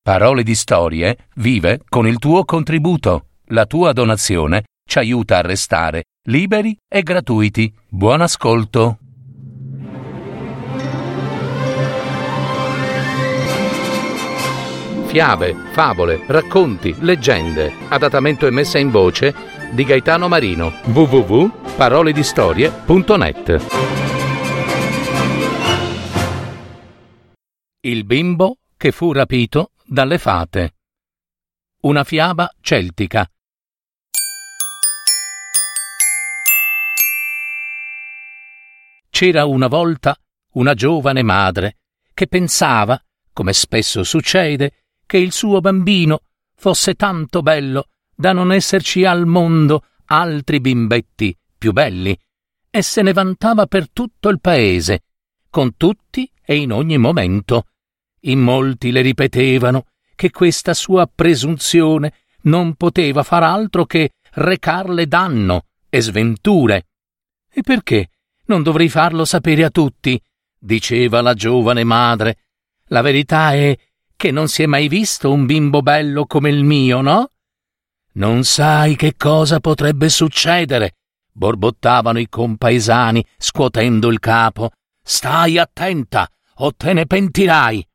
Parole di Storie vive con il tuo contributo. La tua donazione ci aiuta a restare liberi e gratuiti. Buon ascolto. Fiabe, favole, racconti, leggende. Adattamento e messa in voce di Gaetano Marino. www.paroledistorie.net. Il bimbo che fu rapito dalle fate. Una fiaba celtica. C'era una volta una giovane madre che pensava, come spesso succede, che il suo bambino fosse tanto bello da non esserci al mondo altri bimbetti più belli, e se ne vantava per tutto il paese, con tutti e in ogni momento. In molti le ripetevano che questa sua presunzione non poteva far altro che recarle danno e sventure. E perché non dovrei farlo sapere a tutti? Diceva la giovane madre. La verità è che non si è mai visto un bimbo bello come il mio, no? Non sai che cosa potrebbe succedere, borbottavano i compaesani scuotendo il capo. Stai attenta o te ne pentirai.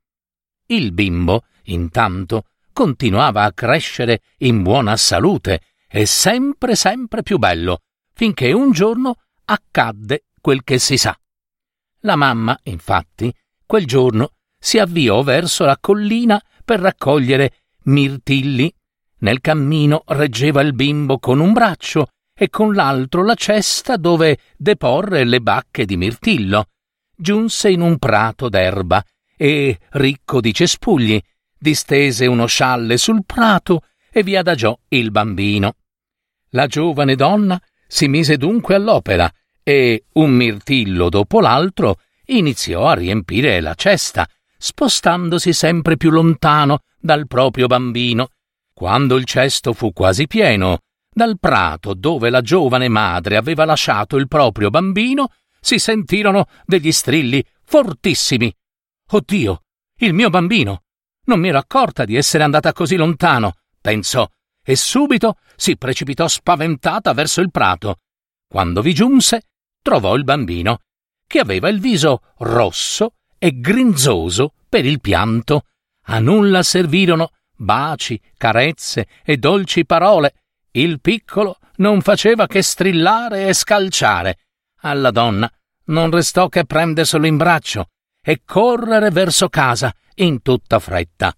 Il bimbo, intanto, continuava a crescere in buona salute e sempre più bello, finché un giorno accadde quel che si sa. La mamma, infatti, quel giorno si avviò verso la collina per raccogliere mirtilli. Nel cammino reggeva il bimbo con un braccio e con l'altro la cesta dove deporre le bacche di mirtillo. Giunse in un prato d'erba e, ricco di cespugli, distese uno scialle sul prato e vi adagiò il bambino. La giovane donna si mise dunque all'opera e, un mirtillo dopo l'altro, iniziò a riempire la cesta, spostandosi sempre più lontano dal proprio bambino. Quando il cesto fu quasi pieno, dal prato dove la giovane madre aveva lasciato il proprio bambino si sentirono degli strilli fortissimi. «Oddio, il mio bambino! Non mi ero accorta di essere andata così lontano», pensò, e subito si precipitò spaventata verso il prato. Quando vi giunse, trovò il bambino, che aveva il viso rosso e grinzoso per il pianto. A nulla servirono baci, carezze e dolci parole. Il piccolo non faceva che strillare e scalciare. Alla donna non restò che prenderselo in braccio e correre verso casa in tutta fretta.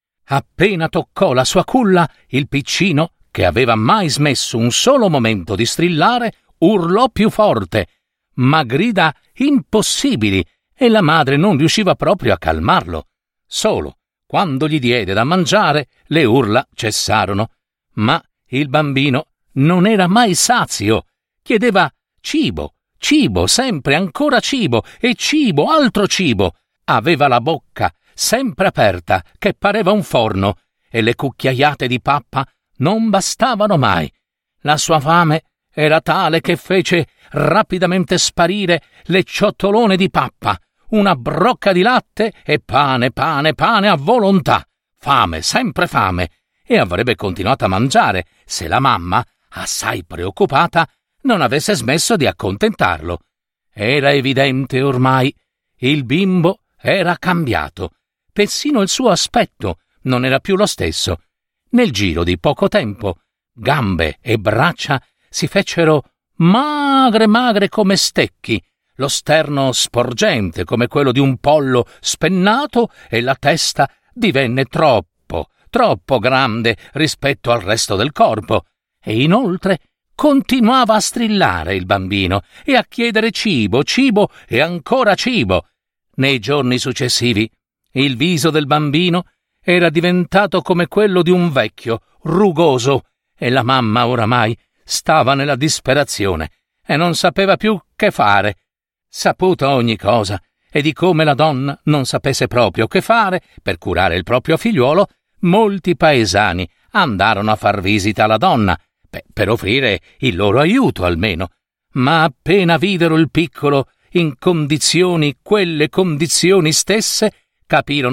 Appena toccò la sua culla, il piccino, che aveva mai smesso un solo momento di strillare, urlò più forte, ma grida impossibili, e la madre non riusciva proprio a calmarlo. Solo quando gli diede da mangiare, le urla cessarono. Ma il bambino non era mai sazio. Chiedeva cibo, sempre ancora cibo, e cibo, altro cibo. Aveva la bocca sempre aperta, che pareva un forno, e le cucchiaiate di pappa non bastavano mai. La sua fame era tale che fece rapidamente sparire le ciotolone di pappa, una brocca di latte e pane a volontà. Fame, sempre fame, e avrebbe continuato a mangiare se la mamma, assai preoccupata, non avesse smesso di accontentarlo. Era evidente ormai, il bimbo era cambiato, persino il suo aspetto non era più lo stesso. Nel giro di poco tempo, gambe e braccia si fecero magre come stecchi, lo sterno sporgente come quello di un pollo spennato e la testa divenne troppo grande rispetto al resto del corpo. E inoltre continuava a strillare il bambino e a chiedere cibo e ancora cibo. Nei giorni successivi il viso del bambino era diventato come quello di un vecchio, rugoso, e la mamma oramai stava nella disperazione e non sapeva più che fare. Saputa ogni cosa e di come la donna non sapesse proprio che fare per curare il proprio figliuolo, molti paesani andarono a far visita alla donna, per offrire il loro aiuto almeno. Ma appena videro il piccolo in quelle condizioni stesse, capirono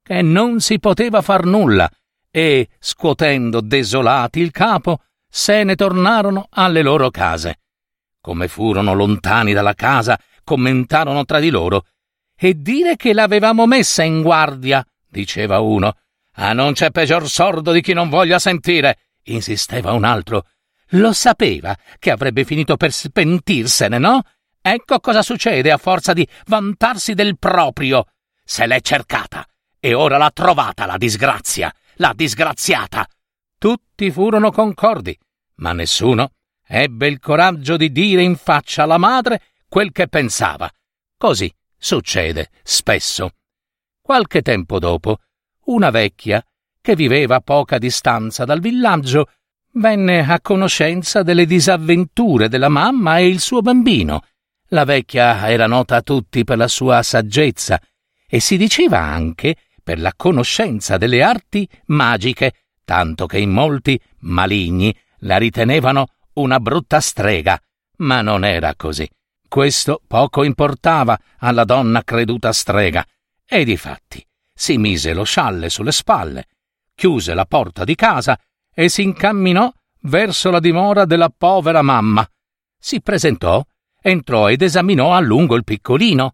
che non si poteva far nulla e, scuotendo desolati il capo, se ne tornarono alle loro case. Come furono lontani dalla casa, commentarono tra di loro. «E dire che l'avevamo messa in guardia», diceva uno. «Ah, non c'è peggior sordo di chi non voglia sentire», insisteva un altro. «Lo sapeva che avrebbe finito per pentirsene, no? Ecco cosa succede a forza di vantarsi del proprio. Se l'è cercata e ora l'ha trovata la disgrazia, la disgraziata». Tutti furono concordi, ma nessuno ebbe il coraggio di dire in faccia alla madre quel che pensava. Così succede spesso. Qualche tempo dopo, una vecchia, che viveva a poca distanza dal villaggio, venne a conoscenza delle disavventure della mamma e il suo bambino. La vecchia era nota a tutti per la sua saggezza e si diceva anche per la conoscenza delle arti magiche, tanto che in molti maligni la ritenevano una brutta strega, ma non era così. Questo poco importava alla donna creduta strega, e difatti si mise lo scialle sulle spalle, chiuse la porta di casa e si incamminò verso la dimora della povera mamma. Si presentò, entrò ed esaminò a lungo il piccolino.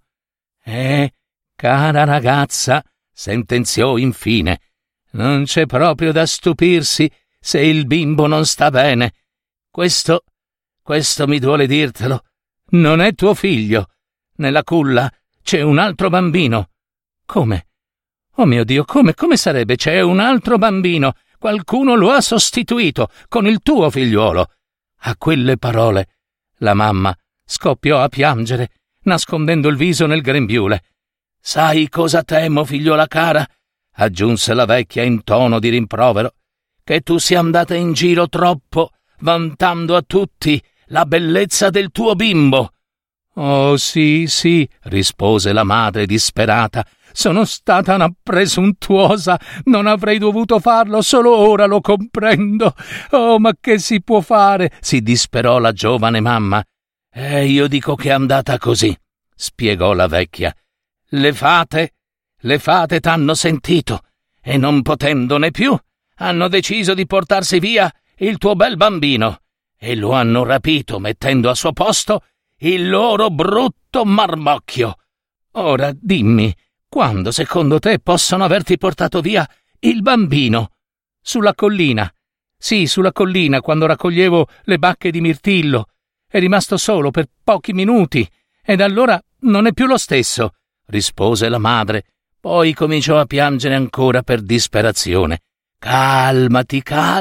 Cara ragazza, sentenziò infine, non c'è proprio da stupirsi se il bimbo non sta bene. Questo mi duole dirtelo, non è tuo figlio. Nella culla c'è un altro bambino. Come? Oh mio Dio, come sarebbe? C'è un altro bambino. Qualcuno lo ha sostituito con il tuo figliuolo. A quelle parole la mamma scoppiò a piangere, nascondendo il viso nel grembiule. Sai cosa temo, figliola cara? Aggiunse la vecchia in tono di rimprovero. Che tu sia andata in giro troppo, vantando a tutti la bellezza del tuo bimbo. Oh sì, rispose la madre disperata. Sono stata una presuntuosa, non avrei dovuto farlo, solo ora lo comprendo. Oh, ma che si può fare? Si disperò la giovane mamma. Io dico che è andata così, spiegò la vecchia. Le fate t'hanno sentito e non potendone più hanno deciso di portarsi via il tuo bel bambino e lo hanno rapito mettendo a suo posto il loro brutto marmocchio. Ora dimmi, quando secondo te possono averti portato via il bambino? Sulla collina. Sì, sulla collina, quando raccoglievo le bacche di mirtillo. È rimasto solo per pochi minuti ed allora non è più lo stesso, rispose la madre. Poi cominciò a piangere ancora per disperazione. Calmati,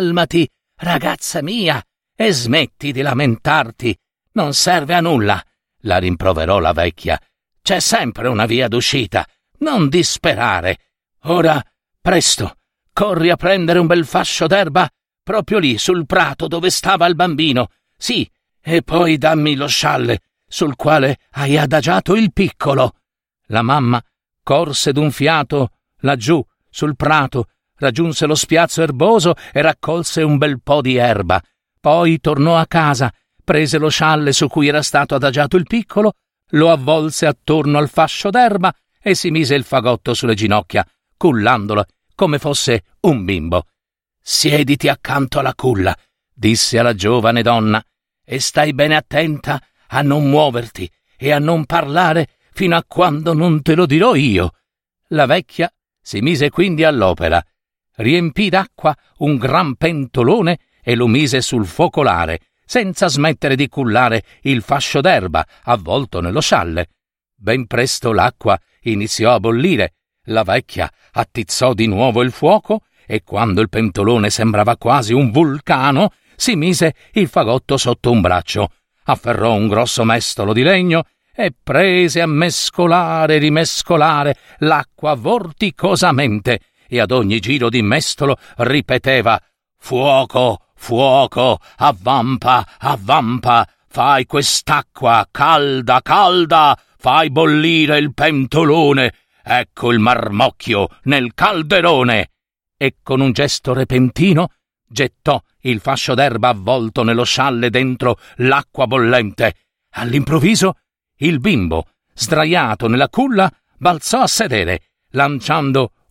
ragazza mia, e smetti di lamentarti. Non serve a nulla, la rimproverò la vecchia. C'è sempre una via d'uscita. Non disperare. Ora, presto, corri a prendere un bel fascio d'erba proprio lì sul prato dove stava il bambino. Sì, e poi dammi lo scialle sul quale hai adagiato il piccolo. La mamma corse d'un fiato laggiù sul prato, raggiunse lo spiazzo erboso e raccolse un bel po' di erba. Poi tornò a casa, prese lo scialle su cui era stato adagiato il piccolo, lo avvolse attorno al fascio d'erba e si mise il fagotto sulle ginocchia, cullandolo come fosse un bimbo. Siediti accanto alla culla, disse alla giovane donna, e stai bene attenta a non muoverti e a non parlare fino a quando non te lo dirò io. La vecchia si mise quindi all'opera, riempì d'acqua un gran pentolone e lo mise sul focolare, senza smettere di cullare il fascio d'erba avvolto nello scialle. Ben presto l'acqua iniziò a bollire, la vecchia attizzò di nuovo il fuoco e quando il pentolone sembrava quasi un vulcano, si mise il fagotto sotto un braccio, afferrò un grosso mestolo di legno e prese a mescolare e rimescolare l'acqua vorticosamente e ad ogni giro di mestolo ripeteva «Fuoco, fuoco, avvampa, avvampa, fai quest'acqua calda, calda, fai bollire il pentolone, ecco il marmocchio nel calderone!» E con un gesto repentino gettò il fascio d'erba avvolto nello scialle dentro l'acqua bollente. All'improvviso il bimbo, sdraiato nella culla, balzò a sedere, lanciando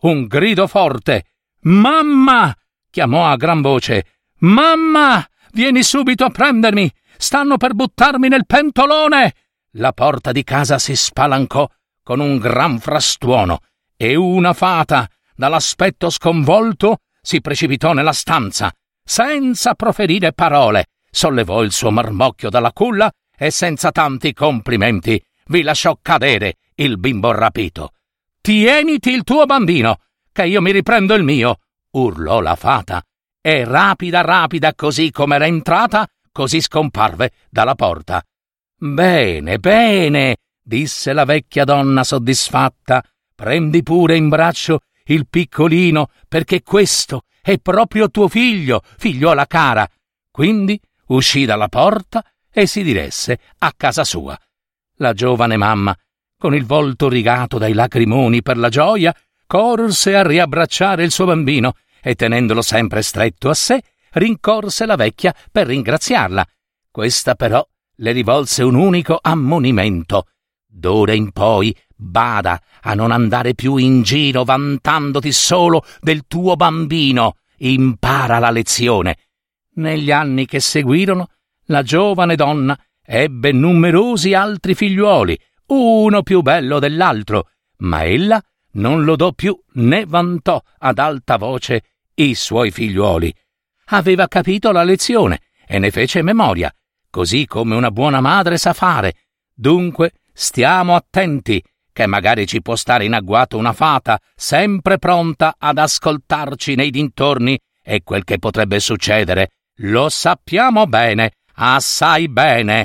un grido forte. «Mamma!» chiamò a gran voce. «Mamma! Vieni subito a prendermi! Stanno per buttarmi nel pentolone!» La porta di casa si spalancò con un gran frastuono e una fata, dall'aspetto sconvolto, si precipitò nella stanza. Senza proferire parole, sollevò il suo marmocchio dalla culla e senza tanti complimenti vi lasciò cadere il bimbo rapito. «Tieniti il tuo bambino, che io mi riprendo il mio!» urlò la fata, e rapida così come era entrata, così scomparve dalla porta. «Bene, bene», disse la vecchia donna soddisfatta, «prendi pure in braccio il piccolino, perché questo è proprio tuo figlio, figliuola cara». Quindi uscì dalla porta e si diresse a casa sua. La giovane mamma, con il volto rigato dai lacrimoni per la gioia, corse a riabbracciare il suo bambino e, tenendolo sempre stretto a sé, rincorse la vecchia per ringraziarla. Questa però le rivolse un unico ammonimento: «D'ora in poi bada a non andare più in giro vantandoti solo del tuo bambino, impara la lezione». Negli anni che seguirono, la giovane donna ebbe numerosi altri figliuoli, uno più bello dell'altro, ma ella non lodò più né vantò ad alta voce i suoi figliuoli. Aveva capito la lezione e ne fece memoria, così come una buona madre sa fare. Dunque stiamo attenti, che magari ci può stare in agguato una fata sempre pronta ad ascoltarci nei dintorni, e quel che potrebbe succedere lo sappiamo bene, assai bene.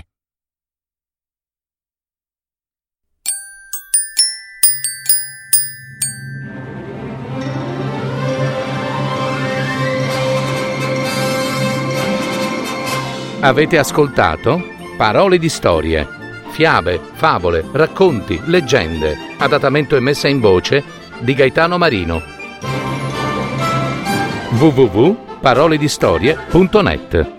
Avete ascoltato Parole di storie, fiabe, favole, racconti, leggende, adattamento e messa in voce di Gaetano Marino. www.paroledistorie.net